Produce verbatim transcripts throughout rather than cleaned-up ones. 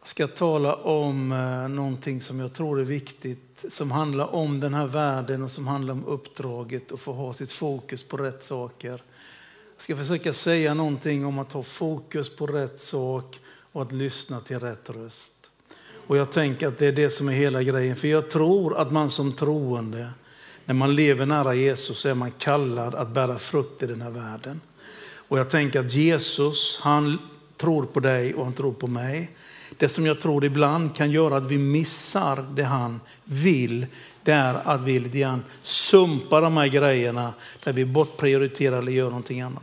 ska tala om eh, någonting som jag tror är viktigt, som handlar om den här världen och som handlar om uppdraget och få ha sitt fokus på rätt saker. Jag ska försöka säga någonting om att ha fokus på rätt sak och att lyssna till rätt röst. Och jag tänker att det är det som är hela grejen, för jag tror att man som troende, när man lever nära Jesus, så är man kallad att bära frukt i den här världen. Och jag tänker att Jesus, han tror på dig och han tror på mig. Det som jag tror ibland kan göra att vi missar det han vill, det är att vi lite grann sumpar de här grejerna där vi bortprioriterar eller gör någonting annat.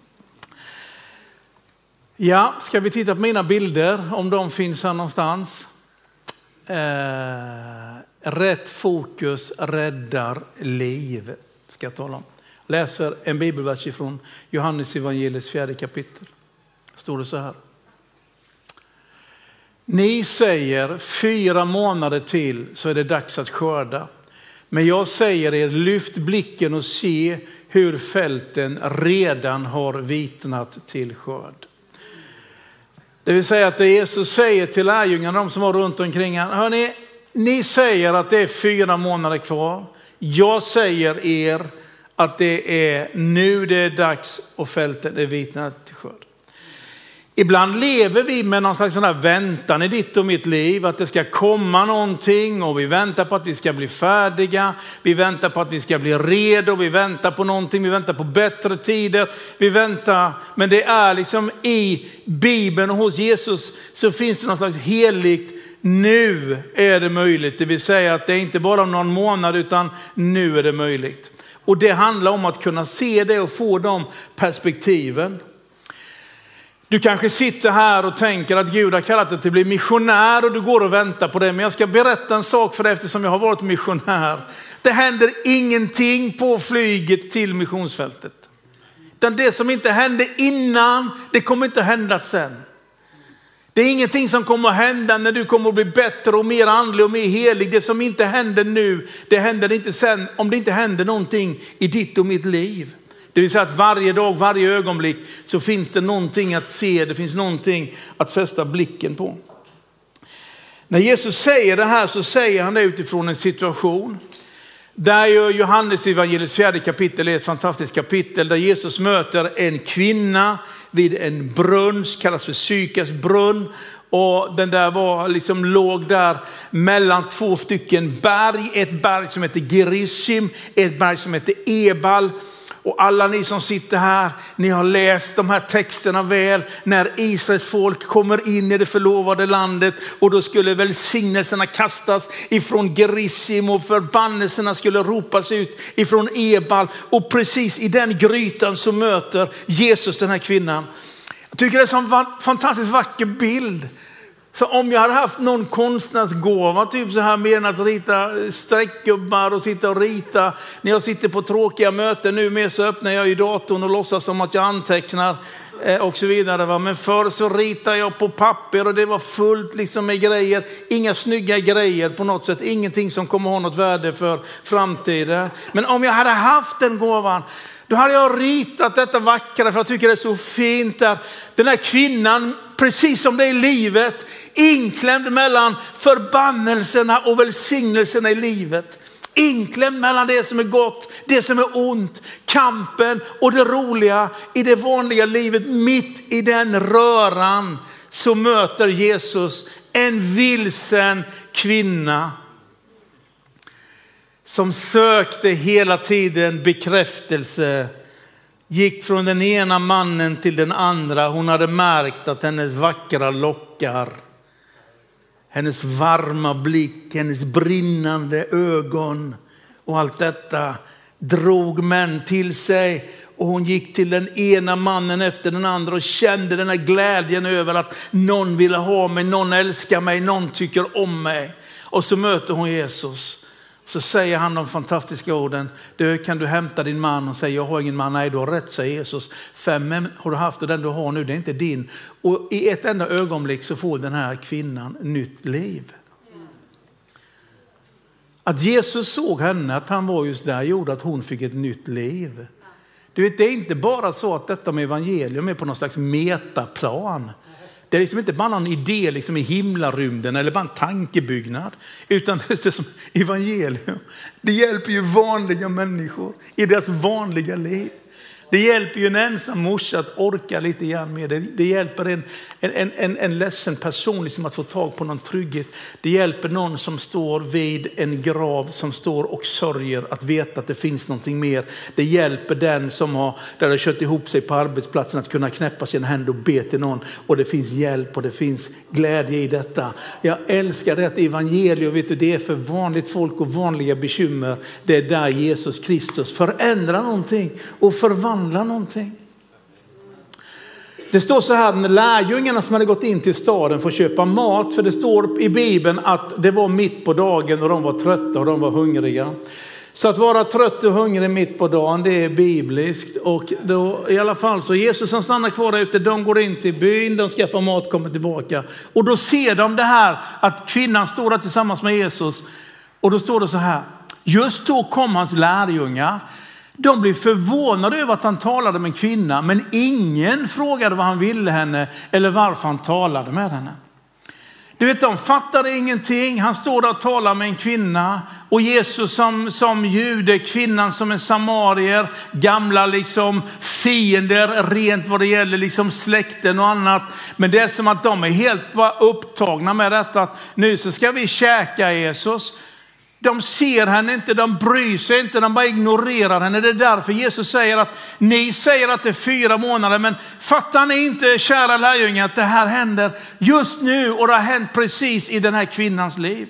Ja, ska vi titta på mina bilder, om de finns här någonstans. Eh, rätt fokus räddar liv, ska jag tala om. Läser en bibelvers ifrån Johannes evangeliets fjärde kapitel. Står det så här. Ni säger fyra månader till så är det dags att skörda. Men jag säger er, lyft blicken och se hur fälten redan har vitnat till skörd. Det vill säga att det Jesus säger till lärjungarna, de som var runt omkring han. Hörrni, ni säger att det är fyra månader kvar. Jag säger er att det är nu det är dags och fälten är vitnat till skörd. Ibland lever vi med någon slags sån här väntan i ditt och mitt liv. Att det ska komma någonting och vi väntar på att vi ska bli färdiga. Vi väntar på att vi ska bli redo. Vi väntar på någonting. Vi väntar på bättre tider. Vi väntar. Men det är liksom i Bibeln och hos Jesus så finns det någon slags heligt. Nu är det möjligt. Det vill säga att det är inte bara om någon månad utan nu är det möjligt. Och det handlar om att kunna se det och få de perspektiven. Du kanske sitter här och tänker att Gud har kallat dig till att bli missionär och du går och väntar på det. Men jag ska berätta en sak för dig eftersom jag har varit missionär. Det händer ingenting på flyget till missionsfältet. Utan det som inte hände innan, det kommer inte hända sen. Det är ingenting som kommer att hända när du kommer att bli bättre och mer andlig och mer helig. Det som inte händer nu, det händer inte sen om det inte händer någonting i ditt och mitt liv. Det vill säga att varje dag, varje ögonblick så finns det någonting att se. Det finns någonting att fästa blicken på. När Jesus säger det här så säger han det utifrån en situation. Där gör Johannes evangeliets fjärde kapitel är ett fantastiskt kapitel. Där Jesus möter en kvinna vid en brunn, kallas för Sykars brunn. Och den där var liksom låg där mellan två stycken berg. Ett berg som heter Gerizim, ett berg som heter Ebal. Och alla ni som sitter här, ni har läst de här texterna väl. När Israels folk kommer in i det förlovade landet. Och då skulle välsignelserna kastas ifrån Gerizim. Och förbannelserna skulle ropas ut ifrån Ebal. Och precis i den grytan så möter Jesus den här kvinnan. Jag tycker det är en sån fantastiskt vacker bild. Så om jag hade haft någon konstnärsgåva, typ så här med att rita streckgubbar och sitta och rita. När jag sitter på tråkiga möten nu med så öppnar jag ju datorn och låtsas som att jag antecknar eh, och så vidare. Va? Men förr så ritar jag på papper och det var fullt liksom med grejer. Inga snygga grejer på något sätt. Ingenting som kommer ha något värde för framtiden. Men om jag hade haft den gåvan, då hade jag ritat detta vackra, för jag tycker det är så fint där. Den här kvinnan, precis som det är i livet, inklämd mellan förbannelserna och välsignelserna i livet. Inklämd mellan det som är gott, det som är ont, kampen och det roliga i det vanliga livet. Mitt i den röran så möter Jesus en vilsen kvinna. Som sökte hela tiden bekräftelse. Gick från den ena mannen till den andra. Hon hade märkt att hennes vackra lockar, hennes varma blick, hennes brinnande ögon och allt detta drog män till sig. Och hon gick till den ena mannen efter den andra och kände den här glädjen över att någon ville ha mig, någon älskar mig, någon tycker om mig. Och så möter hon Jesus. Så säger han de fantastiska orden. Du, kan du hämta din man och säga jag har ingen man. Nej, du har rätt, säger Jesus. Fem män har du haft och den du har nu, det är inte din. Och i ett enda ögonblick så får den här kvinnan nytt liv. Att Jesus såg henne, att han var just där, gjorde att hon fick ett nytt liv. Du vet, det är inte bara så att detta med evangelium är på någon slags metaplan. Det är liksom inte bara någon idé liksom i himlarymden eller bara en tankebyggnad. Utan det är som evangelium. Det hjälper ju vanliga människor i deras vanliga liv. Det hjälper ju en ensam morsa att orka lite grann med det. Det hjälper en, en, en, en ledsen person liksom att få tag på någon trygghet. Det hjälper någon som står vid en grav, som står och sörjer, att veta att det finns någonting mer. Det hjälper den som har, där har kört ihop sig på arbetsplatsen, att kunna knäppa sina händer och be till någon. Och det finns hjälp och det finns glädje i detta. Jag älskar det evangelium, vet du, det är för vanligt folk och vanliga bekymmer. Det är där Jesus Kristus förändrar någonting och förvandlar någonting. Det står så här, när lärjungarna som hade gått in till staden för att köpa mat, för det står i Bibeln att det var mitt på dagen och de var trötta och de var hungriga. Så att vara trött och hungrig mitt på dagen, det är bibliskt. Och då, i alla fall så Jesus som stannar kvar där ute, de går in till byn, de skaffar mat, kommer tillbaka. Och då ser de det här att kvinnan står där tillsammans med Jesus. Och då står det så här, just då kom hans lärjungar. De blev förvånade över att han talade med en kvinna, men ingen frågade vad han ville henne eller varför han talade med henne. Du vet, de fattade ingenting. Han står där och talar med en kvinna, och Jesus som, som jude, kvinnan som en samarier, gamla liksom fiender rent vad det gäller liksom släkten och annat. Men det är som att de är helt bara upptagna med detta, att nu så ska vi käka Jesus. De ser henne inte, de bryr sig inte, de bara ignorerar henne. Det är därför Jesus säger att ni säger att det är fyra månader, men fattar ni inte, kära lärjungar, att det här händer just nu och det har hänt precis i den här kvinnans liv.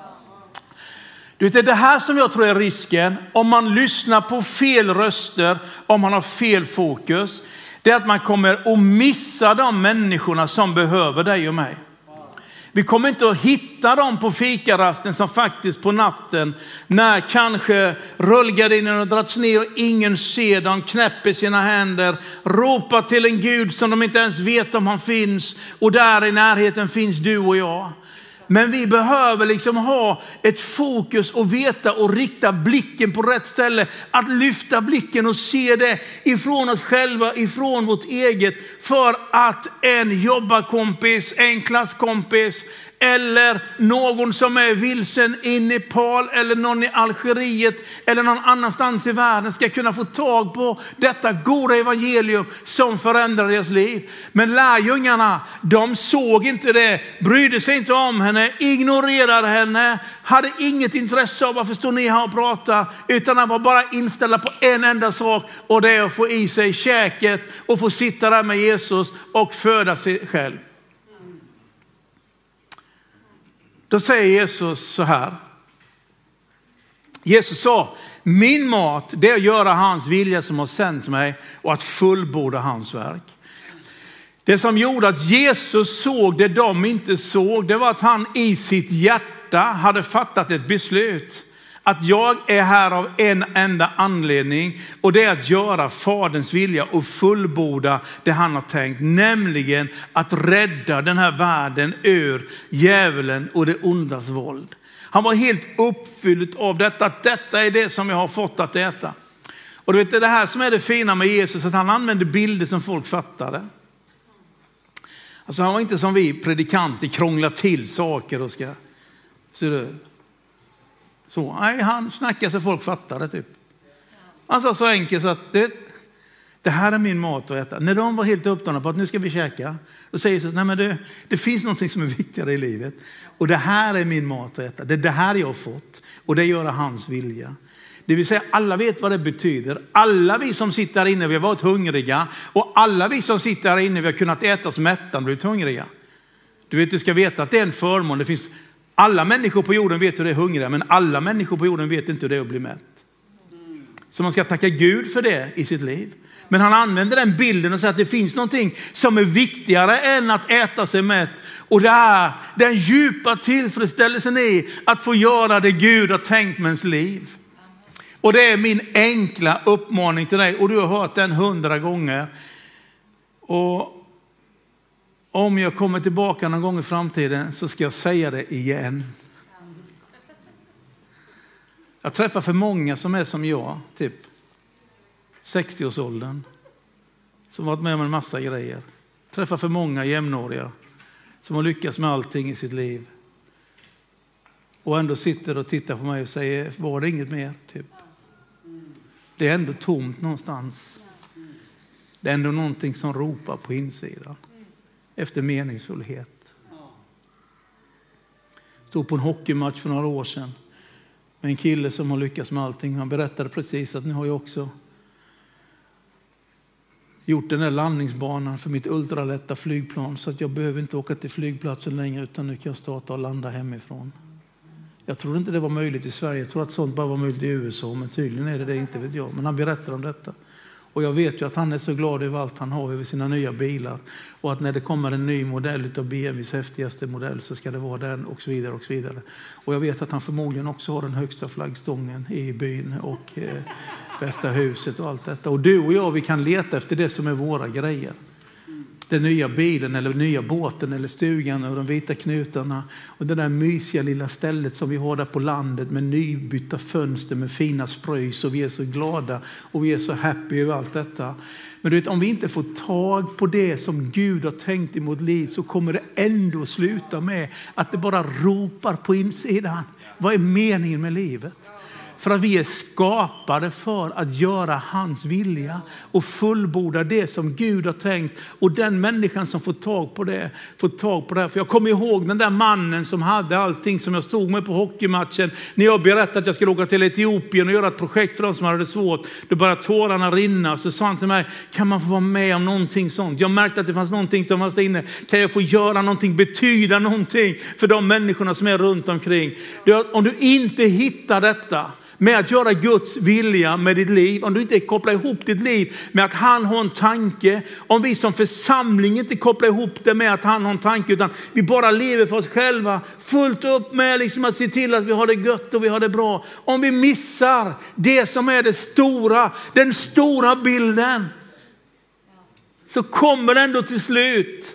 Du vet, det är det här som jag tror är risken om man lyssnar på fel röster, om man har fel fokus. Det är att man kommer att missa de människorna som behöver dig och mig. Vi kommer inte att hitta dem på fikarasten som faktiskt på natten, när kanske rullgardinen har dragits ner och ingen ser dem, knäpper sina händer, ropar till en Gud som de inte ens vet om han finns, och där i närheten finns du och jag. Men vi behöver liksom ha ett fokus och veta och rikta blicken på rätt ställe. Att lyfta blicken och se det ifrån oss själva, ifrån vårt eget. För att en jobbarkompis, en klasskompis eller någon som är vilsen i Nepal eller någon i Algeriet eller någon annanstans i världen ska kunna få tag på detta goda evangelium som förändrar deras liv. Men lärjungarna, de såg inte det, brydde sig inte om henne, ignorerade henne, hade inget intresse av varför står ni här och pratar, utan de var bara inställda på en enda sak, och det är att få i sig käket och få sitta där med Jesus och föda sig själv. Då säger Jesus så här. Jesus sa, min mat det är att göra hans vilja som har sänt mig och att fullborda hans verk. Det som gjorde att Jesus såg det de inte såg, det var att han i sitt hjärta hade fattat ett beslut. Att jag är här av en enda anledning, och det är att göra Faderns vilja och fullborda det han har tänkt. Nämligen att rädda den här världen ur djävulen och det ondas våld. Han var helt uppfylld av detta, att detta är det som jag har fått att äta. Och du vet, det är det här som är det fina med Jesus, att han använde bilder som folk fattade. Alltså han var inte som vi predikanter, krånglar till saker och ska... Ser du? Så, nej, han snackar så folk fattar det typ. Han sa så enkelt så att det, det här är min mat att äta. När de var helt upptagna på att nu ska vi käka, då säger Jesus, nej men det, det finns någonting som är viktigare i livet. Och det här är min mat att äta. Det är det här jag har fått. Och det gör hans vilja. Det vill säga, alla vet vad det betyder. Alla vi som sitter här inne, vi har varit hungriga. Och alla vi som sitter här inne, vi har kunnat äta oss mätta och blivit hungriga. Du vet, du ska veta att det är en förmån. Det finns... Alla människor på jorden vet hur det är hungriga, men alla människor på jorden vet inte hur det är att bli mätt. Så man ska tacka Gud för det i sitt liv. Men han använder den bilden och säger att det finns någonting som är viktigare än att äta sig mätt. Och det är den djupa tillfredsställelsen i att få göra det Gud har tänkt med ens liv. Och det är min enkla uppmaning till dig, och du har hört den hundra gånger. Och om jag kommer tillbaka någon gång i framtiden så ska jag säga det igen. Jag träffar för många som är som jag, typ sextio-årsåldern. Som varit med om en massa grejer. Jag träffar för många jämnåriga som har lyckats med allting i sitt liv. Och ändå sitter och tittar på mig och säger, var det inget mer? Typ. Det är ändå tomt någonstans. Det är ändå någonting som ropar på insidan. Efter meningsfullhet. Stod på en hockeymatch för några år sedan. Med en kille som har lyckats med allting. Han berättade precis att nu har jag också gjort den där landningsbanan för mitt ultralätta flygplan. Så att jag behöver inte åka till flygplatsen längre, utan nu kan jag starta och landa hemifrån. Jag tror inte det var möjligt i Sverige. Jag tror att sånt bara var möjligt i U S A. Men tydligen är det det, inte vet jag. Men han berättar om detta. Och jag vet ju att han är så glad över allt han har, över sina nya bilar. Och att när det kommer en ny modell av B M W:s häftigaste modell så ska det vara den och så vidare och så vidare. Och jag vet att han förmodligen också har den högsta flaggstången i byn och eh, bästa huset och allt detta. Och du och jag, vi kan leta efter det som är våra grejer. Den nya bilen eller nya båten eller stugan och de vita knutarna. Och det där mysiga lilla stället som vi har där på landet med nybytta fönster med fina spröjs. Och vi är så glada och vi är så happy över allt detta. Men du vet, om vi inte får tag på det som Gud har tänkt i vårt liv, så kommer det ändå sluta med att det bara ropar på insidan. Vad är meningen med livet? För att vi är skapade för att göra hans vilja och fullborda det som Gud har tänkt. Och den människan som får tag på det, får tag på det. För jag kommer ihåg den där mannen som hade allting, som jag stod med på hockeymatchen. När jag berättade att jag skulle åka till Etiopien och göra ett projekt för de som hade det svårt. Då började tårarna rinna. Så sa han till mig, kan man få vara med om någonting sånt? Jag märkte att det fanns någonting som var inne. Kan jag få göra någonting, betyda någonting för de människorna som är runt omkring? Om du inte hittar detta med att göra Guds vilja med ditt liv, om du inte kopplar ihop ditt liv med att han har en tanke, om vi som församling inte kopplar ihop det med att han har en tanke, utan vi bara lever för oss själva, fullt upp med liksom att se till att vi har det gött och vi har det bra. Om vi missar det som är det stora, den stora bilden, så kommer det ändå till slut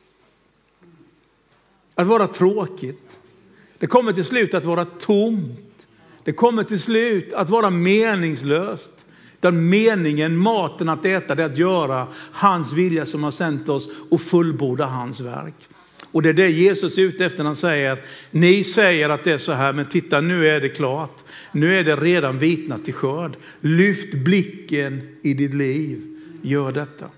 att vara tråkigt. Det kommer till slut att vara tomt. Det kommer till slut att vara meningslöst. Den meningen, maten att äta, det är att göra hans vilja som har sänt oss och fullborda hans verk. Och det är det Jesus är ute efter när han säger, ni säger att det är så här, men titta, nu är det klart. Nu är det redan vitnat till skörd. Lyft blicken i ditt liv. Gör detta.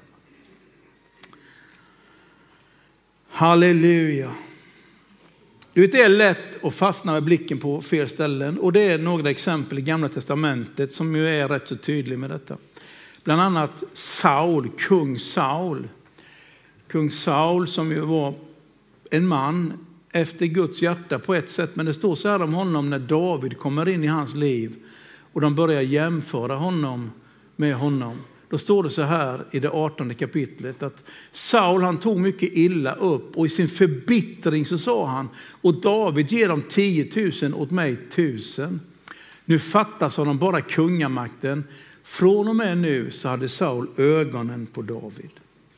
Halleluja. Du vet, det är lätt att fastna med blicken på fel ställen. Och det är några exempel i Gamla testamentet som ju är rätt så tydliga med detta. Bland annat Saul, kung Saul. Kung Saul som ju var en man efter Guds hjärta på ett sätt. Men det står så här om honom när David kommer in i hans liv. Och de börjar jämföra honom med honom. Då står det så här i det artonde kapitlet att Saul, han tog mycket illa upp, och i sin förbittring så sa han, och David ger dem tiotusen åt mig tusen. Nu fattas honom bara kungamakten. Från och med nu så hade Saul ögonen på David.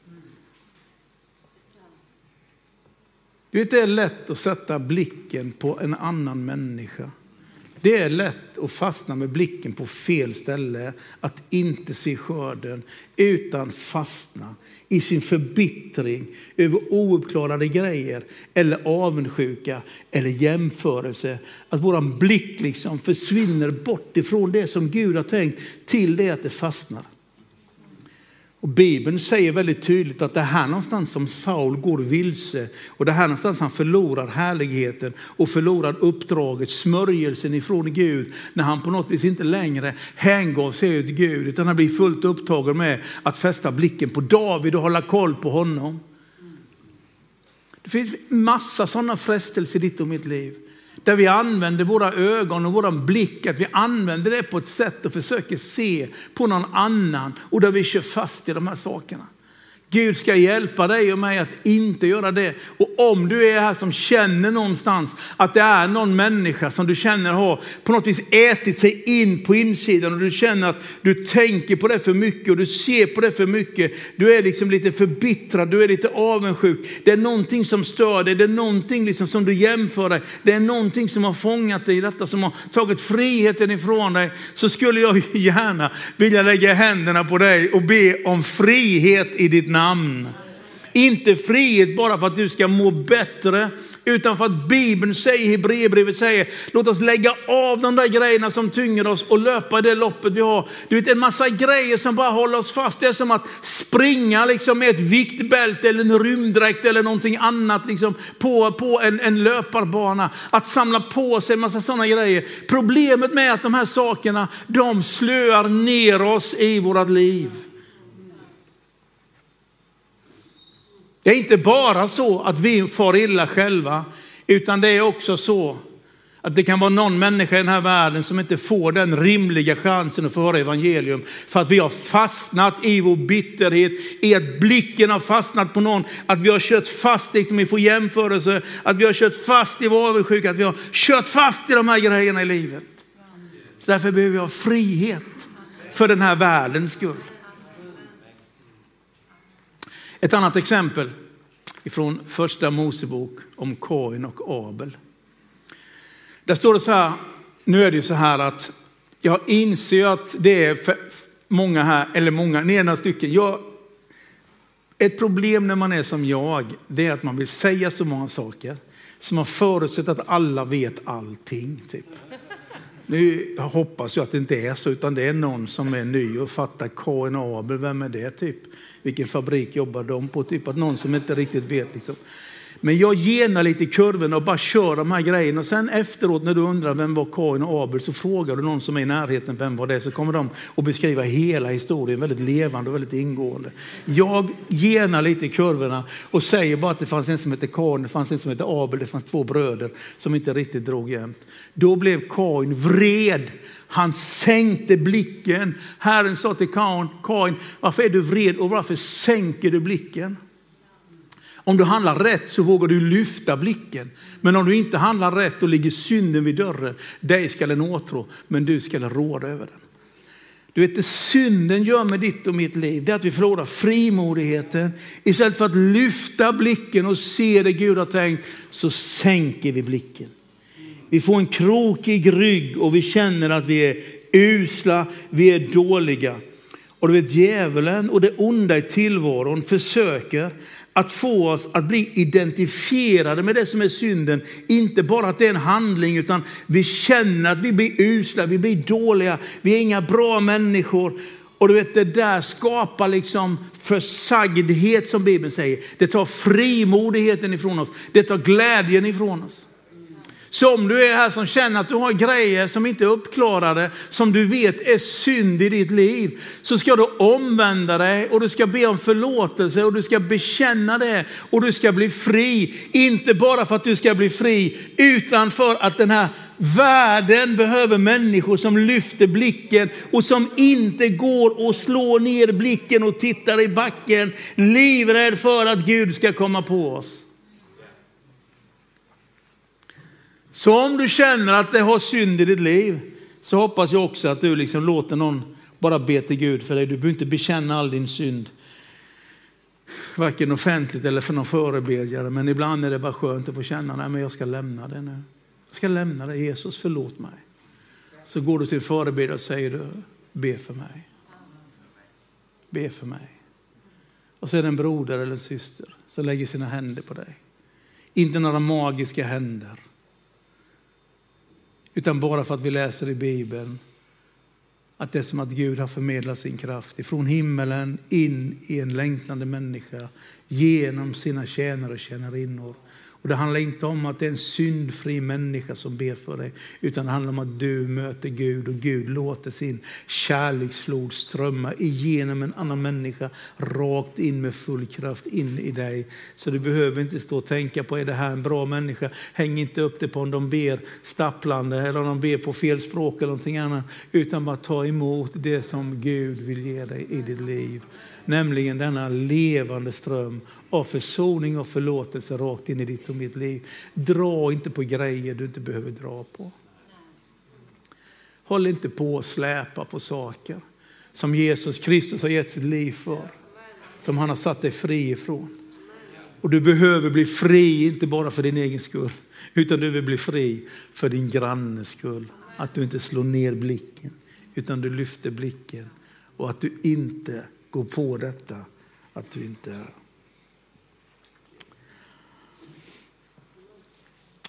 Du vet, det är lätt att sätta blicken på en annan människa. Det är lätt att fastna med blicken på fel ställe, att inte se skörden, utan fastna i sin förbittring över ouppklarade grejer eller avundsjuka eller jämförelse. Att våran blick liksom försvinner bort ifrån det som Gud har tänkt till det att det fastnar. Och Bibeln säger väldigt tydligt att det här någonstans som Saul går vilse, och det här någonstans han förlorar härligheten och förlorar uppdraget, smörjelsen ifrån Gud, när han på något vis inte längre hängav sig till Gud, utan han blir fullt upptagen med att fästa blicken på David och hålla koll på honom. Det finns massa sådana frestelser i ditt och mitt liv. Där vi använder våra ögon och våran blick, att vi använder det på ett sätt och försöker se på någon annan, och där vi kör fast i de här sakerna. Gud ska hjälpa dig och mig att inte göra det. Och om du är här som känner någonstans att det är någon människa som du känner har på något vis ätit sig in på insidan, och du känner att du tänker på det för mycket och du ser på det för mycket. Du är liksom lite förbittrad, du är lite avundsjuk. Det är någonting som stör dig, det är någonting liksom som du jämför dig. Det är någonting som har fångat dig i detta, som har tagit friheten ifrån dig. Så skulle jag gärna vilja lägga händerna på dig och be om frihet i ditt namn. Inte frihet bara för att du ska må bättre, utan för att Bibeln säger, Hebreerbrevet säger, låt oss lägga av de där grejerna som tynger oss och löpa i det loppet vi har. Du vet, en massa grejer som bara håller oss fast. Det är som att springa liksom med ett viktbälte eller en rymddräkt eller någonting annat liksom på, på en, en löparbana. Att samla på sig en massa sådana grejer. Problemet med att de här sakerna, de slöar ner oss i vårat liv. Det är inte bara så att vi far illa själva, utan det är också så att det kan vara någon människa i den här världen som inte får den rimliga chansen att få höra evangelium. För att vi har fastnat i vår bitterhet, i att blicken har fastnat på någon. Att vi har kört fast, liksom vi får jämförelse, att vi har kört fast i vår avundsjuka, att vi har kört fast i de här grejerna i livet. Så därför behöver vi ha frihet för den här världens skull. Ett annat exempel ifrån första Mosebok om Kain och Abel. Där står det så här, nu är det ju så här att jag inser att det är för många här, eller många, ni är några stycken. Jag, ett problem när man är som jag, det är att man vill säga så många saker som man förutsätter att alla vet allting typ. Nu jag hoppas jag att det inte är så, utan det är någon som är ny och fattar Kain och Abel, vem är det typ? Vilken fabrik jobbar de på? Typ att någon som inte riktigt vet liksom. Men jag genar lite i kurven och bara kör de här grejerna. Och sen efteråt när du undrar vem var Kain och Abel, så frågar du någon som är i närheten vem var det. Så kommer de att beskriva hela historien väldigt levande och väldigt ingående. Jag genar lite i kurvorna och säger bara att det fanns en som hette Kain, det fanns en som hette Abel, det fanns två bröder som inte riktigt drog jämnt. Då blev Kain vred. Han sänkte blicken. Herren sa till Kain, Kain, varför är du vred och varför sänker du blicken? Om du handlar rätt så vågar du lyfta blicken. Men om du inte handlar rätt och ligger synden vid dörren, dig ska den åtrå, men du ska råda över den. Du vet, det synden gör med ditt och mitt liv, det är att vi förlorar frimodigheten. Istället för att lyfta blicken och se det Gud har tänkt, så sänker vi blicken. Vi får en krokig rygg och vi känner att vi är usla, vi är dåliga. Och du vet, djävulen och det onda i tillvaron försöker att få oss att bli identifierade med det som är synden. Inte bara att det är en handling, utan vi känner att vi blir usla, vi blir dåliga, vi är inga bra människor. Och du vet, det där skapar liksom försagdhet som Bibeln säger. Det tar frimodigheten ifrån oss, det tar glädjen ifrån oss. Så om du är här som känner att du har grejer som inte är uppklarade, som du vet är synd i ditt liv, så ska du omvända dig och du ska be om förlåtelse och du ska bekänna det och du ska bli fri. Inte bara för att du ska bli fri, utan för att den här världen behöver människor som lyfter blicken och som inte går och slår ner blicken och tittar i backen, livrädd för att Gud ska komma på oss. Så om du känner att det har synd i ditt liv, så hoppas jag också att du liksom låter någon bara be till Gud för dig. Du behöver inte bekänna all din synd, varken offentligt eller för någon förebedjare. Men ibland är det bara skönt att få känna, nej men jag ska lämna det nu. Jag ska lämna det, Jesus förlåt mig. Så går du till förebedjare och säger du, be för mig. Be för mig. Och så är det en broder eller en syster som lägger sina händer på dig. Inte några magiska händer. Utan bara för att vi läser i Bibeln att det är som att Gud har förmedlat sin kraft ifrån himmelen in i en längtande människa genom sina tjänare och tjänarinnor. Och det handlar inte om att det är en syndfri människa som ber för dig, utan det handlar om att du möter Gud och Gud låter sin kärleksflod strömma igenom en annan människa rakt in med full kraft in i dig. Så du behöver inte stå och tänka på, är det här en bra människa? Häng inte upp det på om de ber stapplande eller om de ber på fel språk eller någonting annat, utan bara ta emot det som Gud vill ge dig i ditt liv. Nämligen denna levande ström av försoning och förlåtelse rakt in i ditt och mitt liv. Dra inte på grejer du inte behöver dra på. Håll inte på och släpa på saker som Jesus Kristus har gett sitt liv för. Som han har satt dig fri ifrån. Och du behöver bli fri, inte bara för din egen skull, utan du vill bli fri för din grannes skull. Att du inte slår ner blicken, utan du lyfter blicken. Och att du inte går på detta, att du inte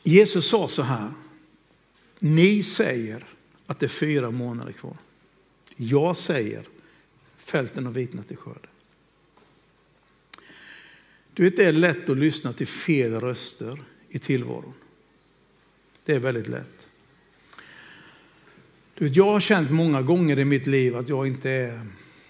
Jesus sa så här: ni säger att det är fyra månader kvar. Jag säger fälten har vitnat i skörden. Du vet, det är lätt att lyssna till fel röster i tillvaron. Det är väldigt lätt. Du vet, jag har känt många gånger i mitt liv att jag inte är...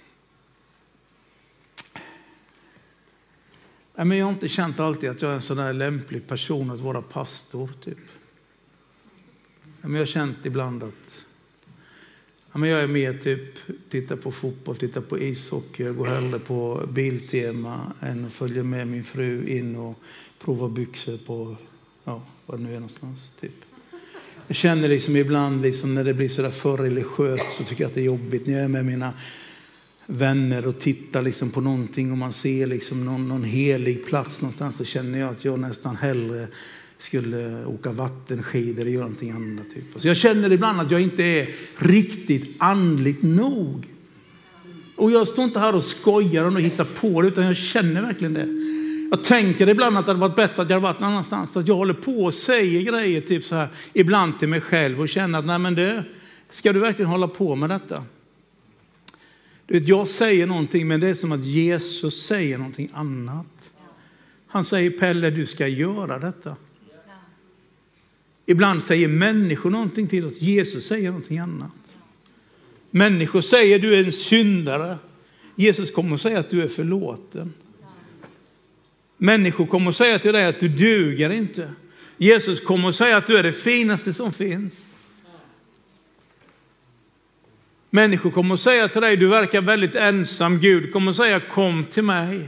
Nej, men jag har inte känt alltid att jag är en sån där lämplig person att vara pastor, typ. Ja, men jag har känt ibland att ja, men jag är med typ titta på fotboll, titta på ishockey, jag går hellre på Biltema än att följa med min fru in och prova byxor på, ja, vad det nu är någonstans, typ. Jag känner liksom ibland liksom när det blir så där för religiöst så tycker jag att det är jobbigt när jag är med mina vänner och tittar liksom på någonting och man ser liksom någon, någon helig plats någonstans, så känner jag att jag nästan hellre skulle åka vattenskidor eller göra någonting annat. Typ. Så jag känner ibland att jag inte är riktigt andligt nog. Och jag står inte här och skojar och hittar på det, utan jag känner verkligen det. Jag tänker ibland att det hade varit bättre att jag hade varit någon annanstans. Att jag håller på och säger grejer typ så här ibland till mig själv och känner att nej men det, ska du verkligen hålla på med detta? Du vet, jag säger någonting, men det är som att Jesus säger någonting annat. Han säger, Pelle, du ska göra detta. Ibland säger människor någonting till oss. Jesus säger någonting annat. Människor säger du är en syndare. Jesus kommer att säga att du är förlåten. Människor kommer att säga till dig att du duger inte. Jesus kommer att säga att du är det finaste som finns. Människor kommer att säga till dig, du verkar väldigt ensam. Gud kommer att säga, kom till mig.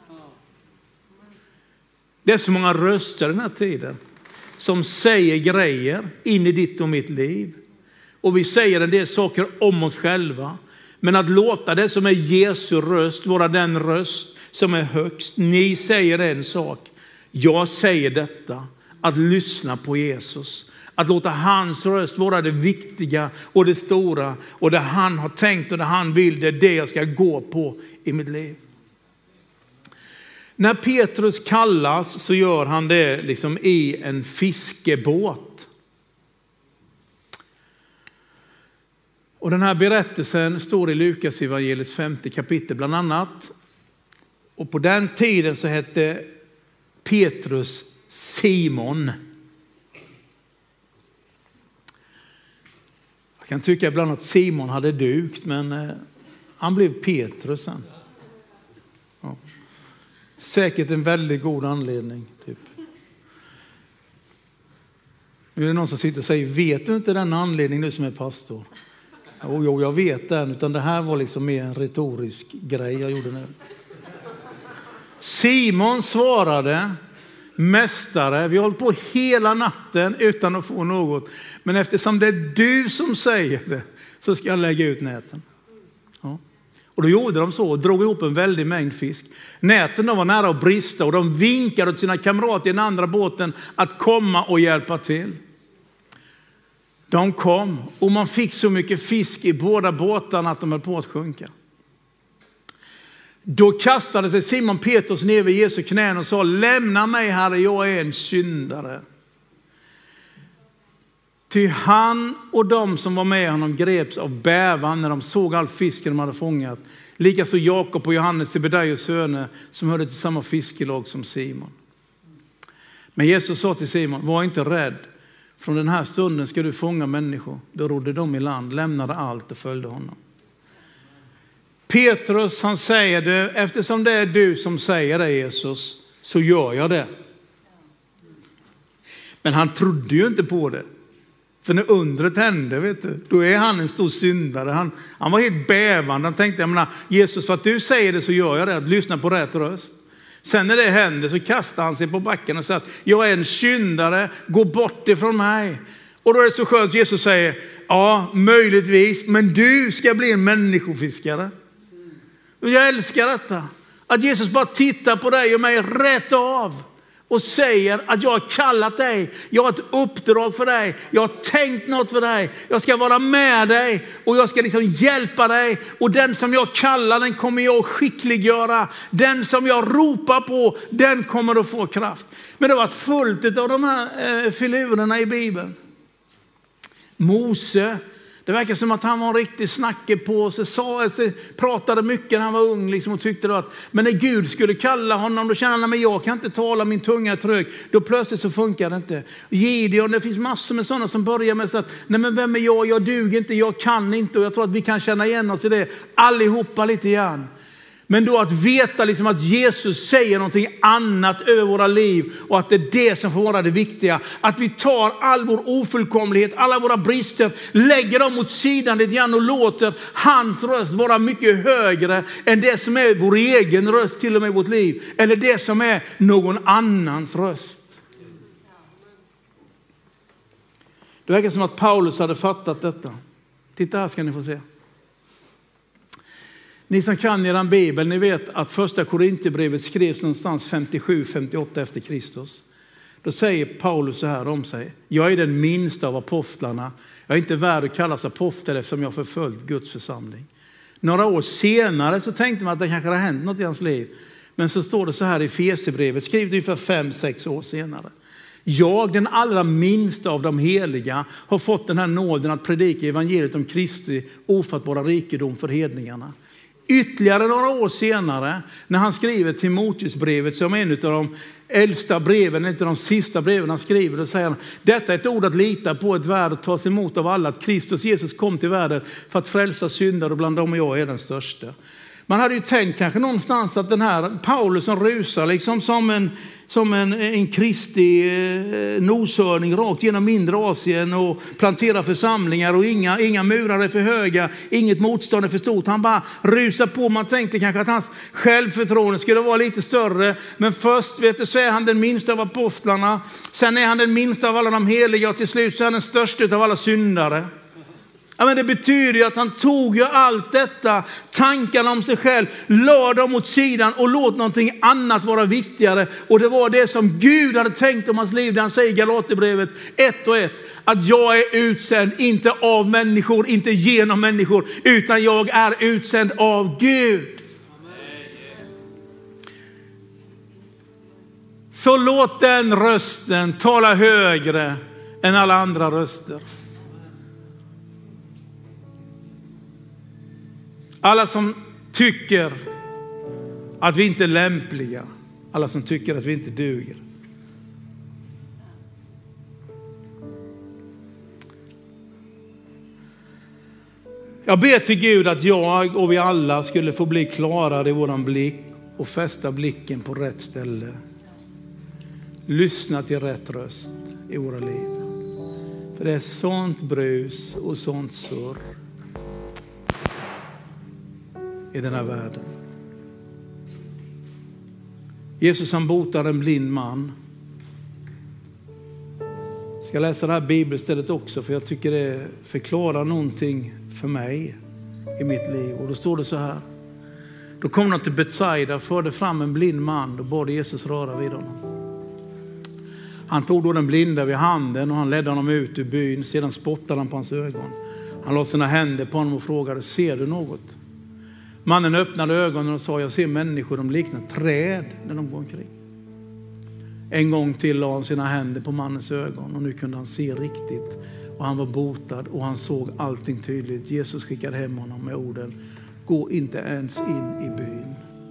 Det är så många röster den här tiden som säger grejer in i ditt och mitt liv. Och vi säger en del saker om oss själva. Men att låta det som är Jesu röst vara den röst som är högst. Ni säger en sak. Jag säger detta. Att lyssna på Jesus. Att låta hans röst vara det viktiga och det stora. Och det han har tänkt och det han vill, det är det jag ska gå på i mitt liv. När Petrus kallas så gör han det liksom i en fiskebåt. Och den här berättelsen står i Lukas evangeliets femte kapitel bland annat. Och på den tiden så hette Petrus Simon. Jag kan tycka ibland att Simon hade dukt, men eh, han blev Petrus sen. Ja. Säkert en väldigt god anledning. Typ. Nu är det någon som sitter och säger, vet du inte den anledningen nu som är pastor? Jo, jo, jag vet den, utan det här var liksom mer en retorisk grej jag gjorde nu. Simon svarade, mästare, vi har hållit på hela natten utan att få något. Men eftersom det är du som säger det så ska jag lägga ut näten. Ja. Och då gjorde de så och drog ihop en väldig mängd fisk. Näten var nära att brista och de vinkade åt sina kamrater i den andra båten att komma och hjälpa till. De kom och man fick så mycket fisk i båda båtarna att de höll på att sjunka. Då kastade sig Simon Petrus ner vid Jesu knän och sa, lämna mig Herre, jag är en syndare. Ty han och de som var med honom greps av bävan när de såg all fisken de hade fångat. Likaså Jakob och Johannes, Zebedaios söner, som hörde till samma fiskelag som Simon. Men Jesus sa till Simon, var inte rädd. Från den här stunden ska du fånga människor. Då rodde de i land, lämnade allt och följde honom. Petrus, han säger det, eftersom det är du som säger det Jesus, så gör jag det. Men han trodde ju inte på det. För när undret hände, vet du, då är han en stor syndare. Han, han var helt bävande. Han tänkte, jag menar, Jesus, för att du säger det så gör jag det. Att lyssna på rätt röst. Sen när det hände så kastar han sig på backen och säger att jag är en syndare, gå bort ifrån mig. Och då är det så skönt, Jesus säger, ja, möjligtvis, men du ska bli en människofiskare. Och jag älskar detta. Att Jesus bara tittar på dig och mig rätt av. och säger att jag har kallat dig, jag har ett uppdrag för dig, jag har tänkt något för dig, jag ska vara med dig och jag ska liksom hjälpa dig, och den som jag kallar, den kommer jag att skickliggöra, den som jag ropar på, den kommer att få kraft. Men det har varit fullt av de här eh, filurerna i Bibeln. Mose, det verkar som att han var en riktig snacke på sig, sa, pratade mycket när han var ung liksom, och tyckte då att, men när Gud skulle kalla honom, då kände han, men jag kan inte tala, min tunga är trög. Då plötsligt så funkar det inte. Gideon, det finns massor med sådana som börjar med så att, nej men vem är jag, jag duger inte, jag kan inte, och jag tror att vi kan känna igen oss i det allihopa lite grann. Men då att veta liksom att Jesus säger någonting annat över våra liv, och att det är det som får vara det viktiga. Att vi tar all vår ofullkomlighet, alla våra brister, lägger dem mot sidan lite grann och låter hans röst vara mycket högre än det som är vår egen röst till och med i vårt liv. Eller det som är någon annans röst. Det verkar som att Paulus hade fattat detta. Titta här ska ni få se. Ni som kan er bibel, ni vet att första Korinthierbrevet skrevs någonstans femtiosju femtioåtta efter Kristus. Då säger Paulus så här om sig: jag är den minsta av apostlarna. Jag är inte värd att kallas apostel eftersom jag förföljt Guds församling. Några år senare så tänkte man att det kanske har hänt något i hans liv. Men så står det så här i Efesierbrevet, skrivet ungefär fem sex år senare: jag, den allra minsta av de heliga, har fått den här nåden att predika evangeliet om Kristi ofattbara rikedom för hedningarna. Ytterligare några år senare, när han skriver Timoteusbrevet, som är en av de äldsta breven, en av de sista breven han skriver, då säger han: detta är ett ord att lita på, ett värde att tas emot av alla, att Kristus Jesus kom till världen för att frälsa syndare, och bland dem och jag är den största. Man hade ju tänkt kanske någonstans att den här Paulus som rusar liksom som en, som en, en kristig eh, noshörning rakt genom mindre Asien och planterar församlingar, och inga, inga murar är för höga, inget motstånd är för stort. Han bara rusar på. Man tänkte kanske att hans självförtroende skulle vara lite större. Men först vet du, så är han den minsta av apostlarna. Sen är han den minsta av alla de heliga, och till slut så är han den största av alla syndare. Ja, men det betyder ju att han tog ju allt detta, tankarna om sig själv, la dem åt sidan och låt någonting annat vara viktigare. Och det var det som Gud hade tänkt om hans liv, där han säger i Galaterbrevet ett och ett, att jag är utsänd inte av människor, inte genom människor, utan jag är utsänd av Gud. Så låt den rösten tala högre än alla andra röster. Alla som tycker att vi inte är lämpliga. Alla som tycker att vi inte duger. Jag ber till Gud att jag och vi alla skulle få bli klarare i våran blick och fästa blicken på rätt ställe. Lyssna till rätt röst i våra liv. För det är sånt brus och sånt surr i den här världen. Jesus, han botar en blind man. Jag ska läsa det här bibelstället också, för jag tycker det förklarar någonting för mig i mitt liv. Och då står det så här: då kom de till Betsaida, förde fram en blind man och bad Jesus röra vid honom. Han tog då den blinda vid handen och han ledde honom ut ur byn. Sedan spottade han på hans ögon. Han la sina händer på honom och frågade: ser du något? Mannen öppnade ögonen och sa: jag ser människor, de liknar träd när de går omkring. En gång till la han sina händer på mannens ögon och nu kunde han se riktigt. Och han var botad och han såg allting tydligt. Jesus skickade hem honom med orden: gå inte ens in i byn.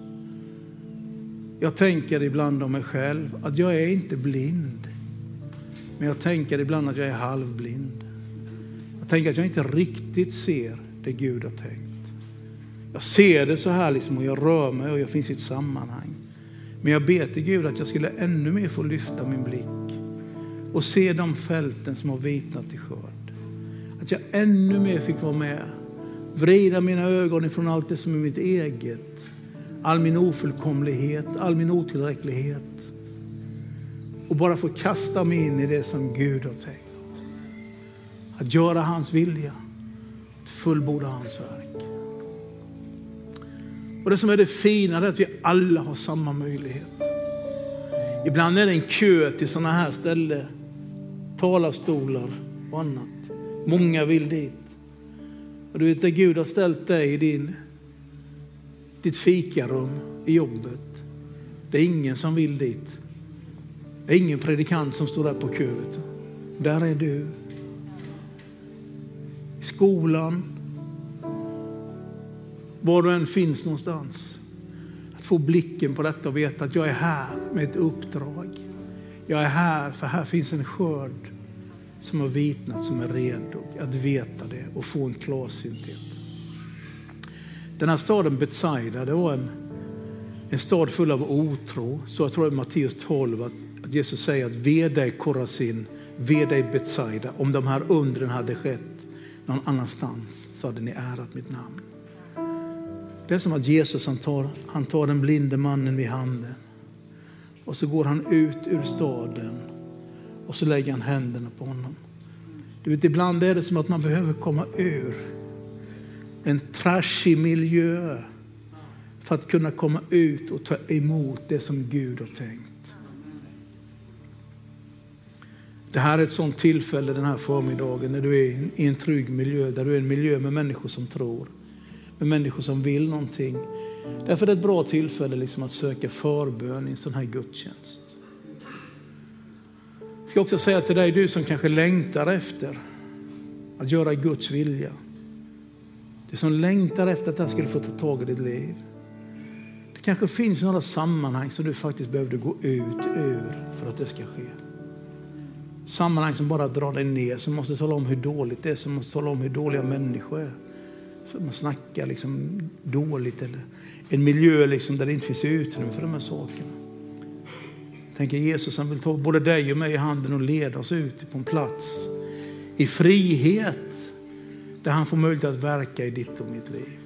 Jag tänker ibland om mig själv att jag är inte blind. Men jag tänker ibland att jag är halvblind. Jag tänker att jag inte riktigt ser det Gud har tänkt. Jag ser det så här liksom, och jag rör mig och jag finns i ett sammanhang. Men jag ber till Gud att jag skulle ännu mer få lyfta min blick och se de fälten som har vitnat till skörd. Att jag ännu mer fick vara med, vrida mina ögon ifrån allt det som är mitt eget. All min ofullkomlighet, all min otillräcklighet. Och bara få kasta mig in i det som Gud har tänkt. Att göra hans vilja, att fullborda hans verk. Och det som är det fina är att vi alla har samma möjlighet. Ibland är det en kö till sådana här ställen. Talarstolar och annat. Många vill dit. Och du vet att Gud har ställt dig i din, ditt fikarum i jobbet. Det är ingen som vill dit. Det är ingen predikant som står där på kö. Där är du. I skolan. Var du än finns någonstans. Att få blicken på detta och veta att jag är här med ett uppdrag. Jag är här för här finns en skörd som har vitnat, som är redo att veta det och få en klarsynthet. Den här staden Betsaida, det var en, en stad full av otro. Så jag tror i Matteus tolv att, att Jesus säger att ve dig Korazin, ve dig Betsaida. Om de här undren hade skett någon annanstans så hade ni ärat mitt namn. Det är som att Jesus han tar, han tar den blinde mannen vid handen. Och så går han ut ur staden. Och så lägger han händerna på honom. Du vet, ibland är det som att man behöver komma ur en trashig miljö. För att kunna komma ut och ta emot det som Gud har tänkt. Det här är ett sånt tillfälle den här förmiddagen. När du är i en trygg miljö. Där du är en miljö med människor som tror. Med människor som vill någonting. Därför är det ett bra tillfälle liksom att söka förbön i en sån här gudstjänst. Jag ska också säga till dig, du som kanske längtar efter att göra Guds vilja. Du som längtar efter att det här skulle få ta tag i ditt liv. Det kanske finns några sammanhang som du faktiskt behövde gå ut ur för att det ska ske. Sammanhang som bara drar dig ner, som måste tala om hur dåligt det är, som måste tala om hur dåliga människor är. Så man snackar liksom dåligt eller en miljö liksom där det inte finns utrymme för de här sakerna. Jag tänker Jesus han vill ta både dig och mig i handen och leda oss ut på en plats i frihet där han får möjlighet att verka i ditt och mitt liv.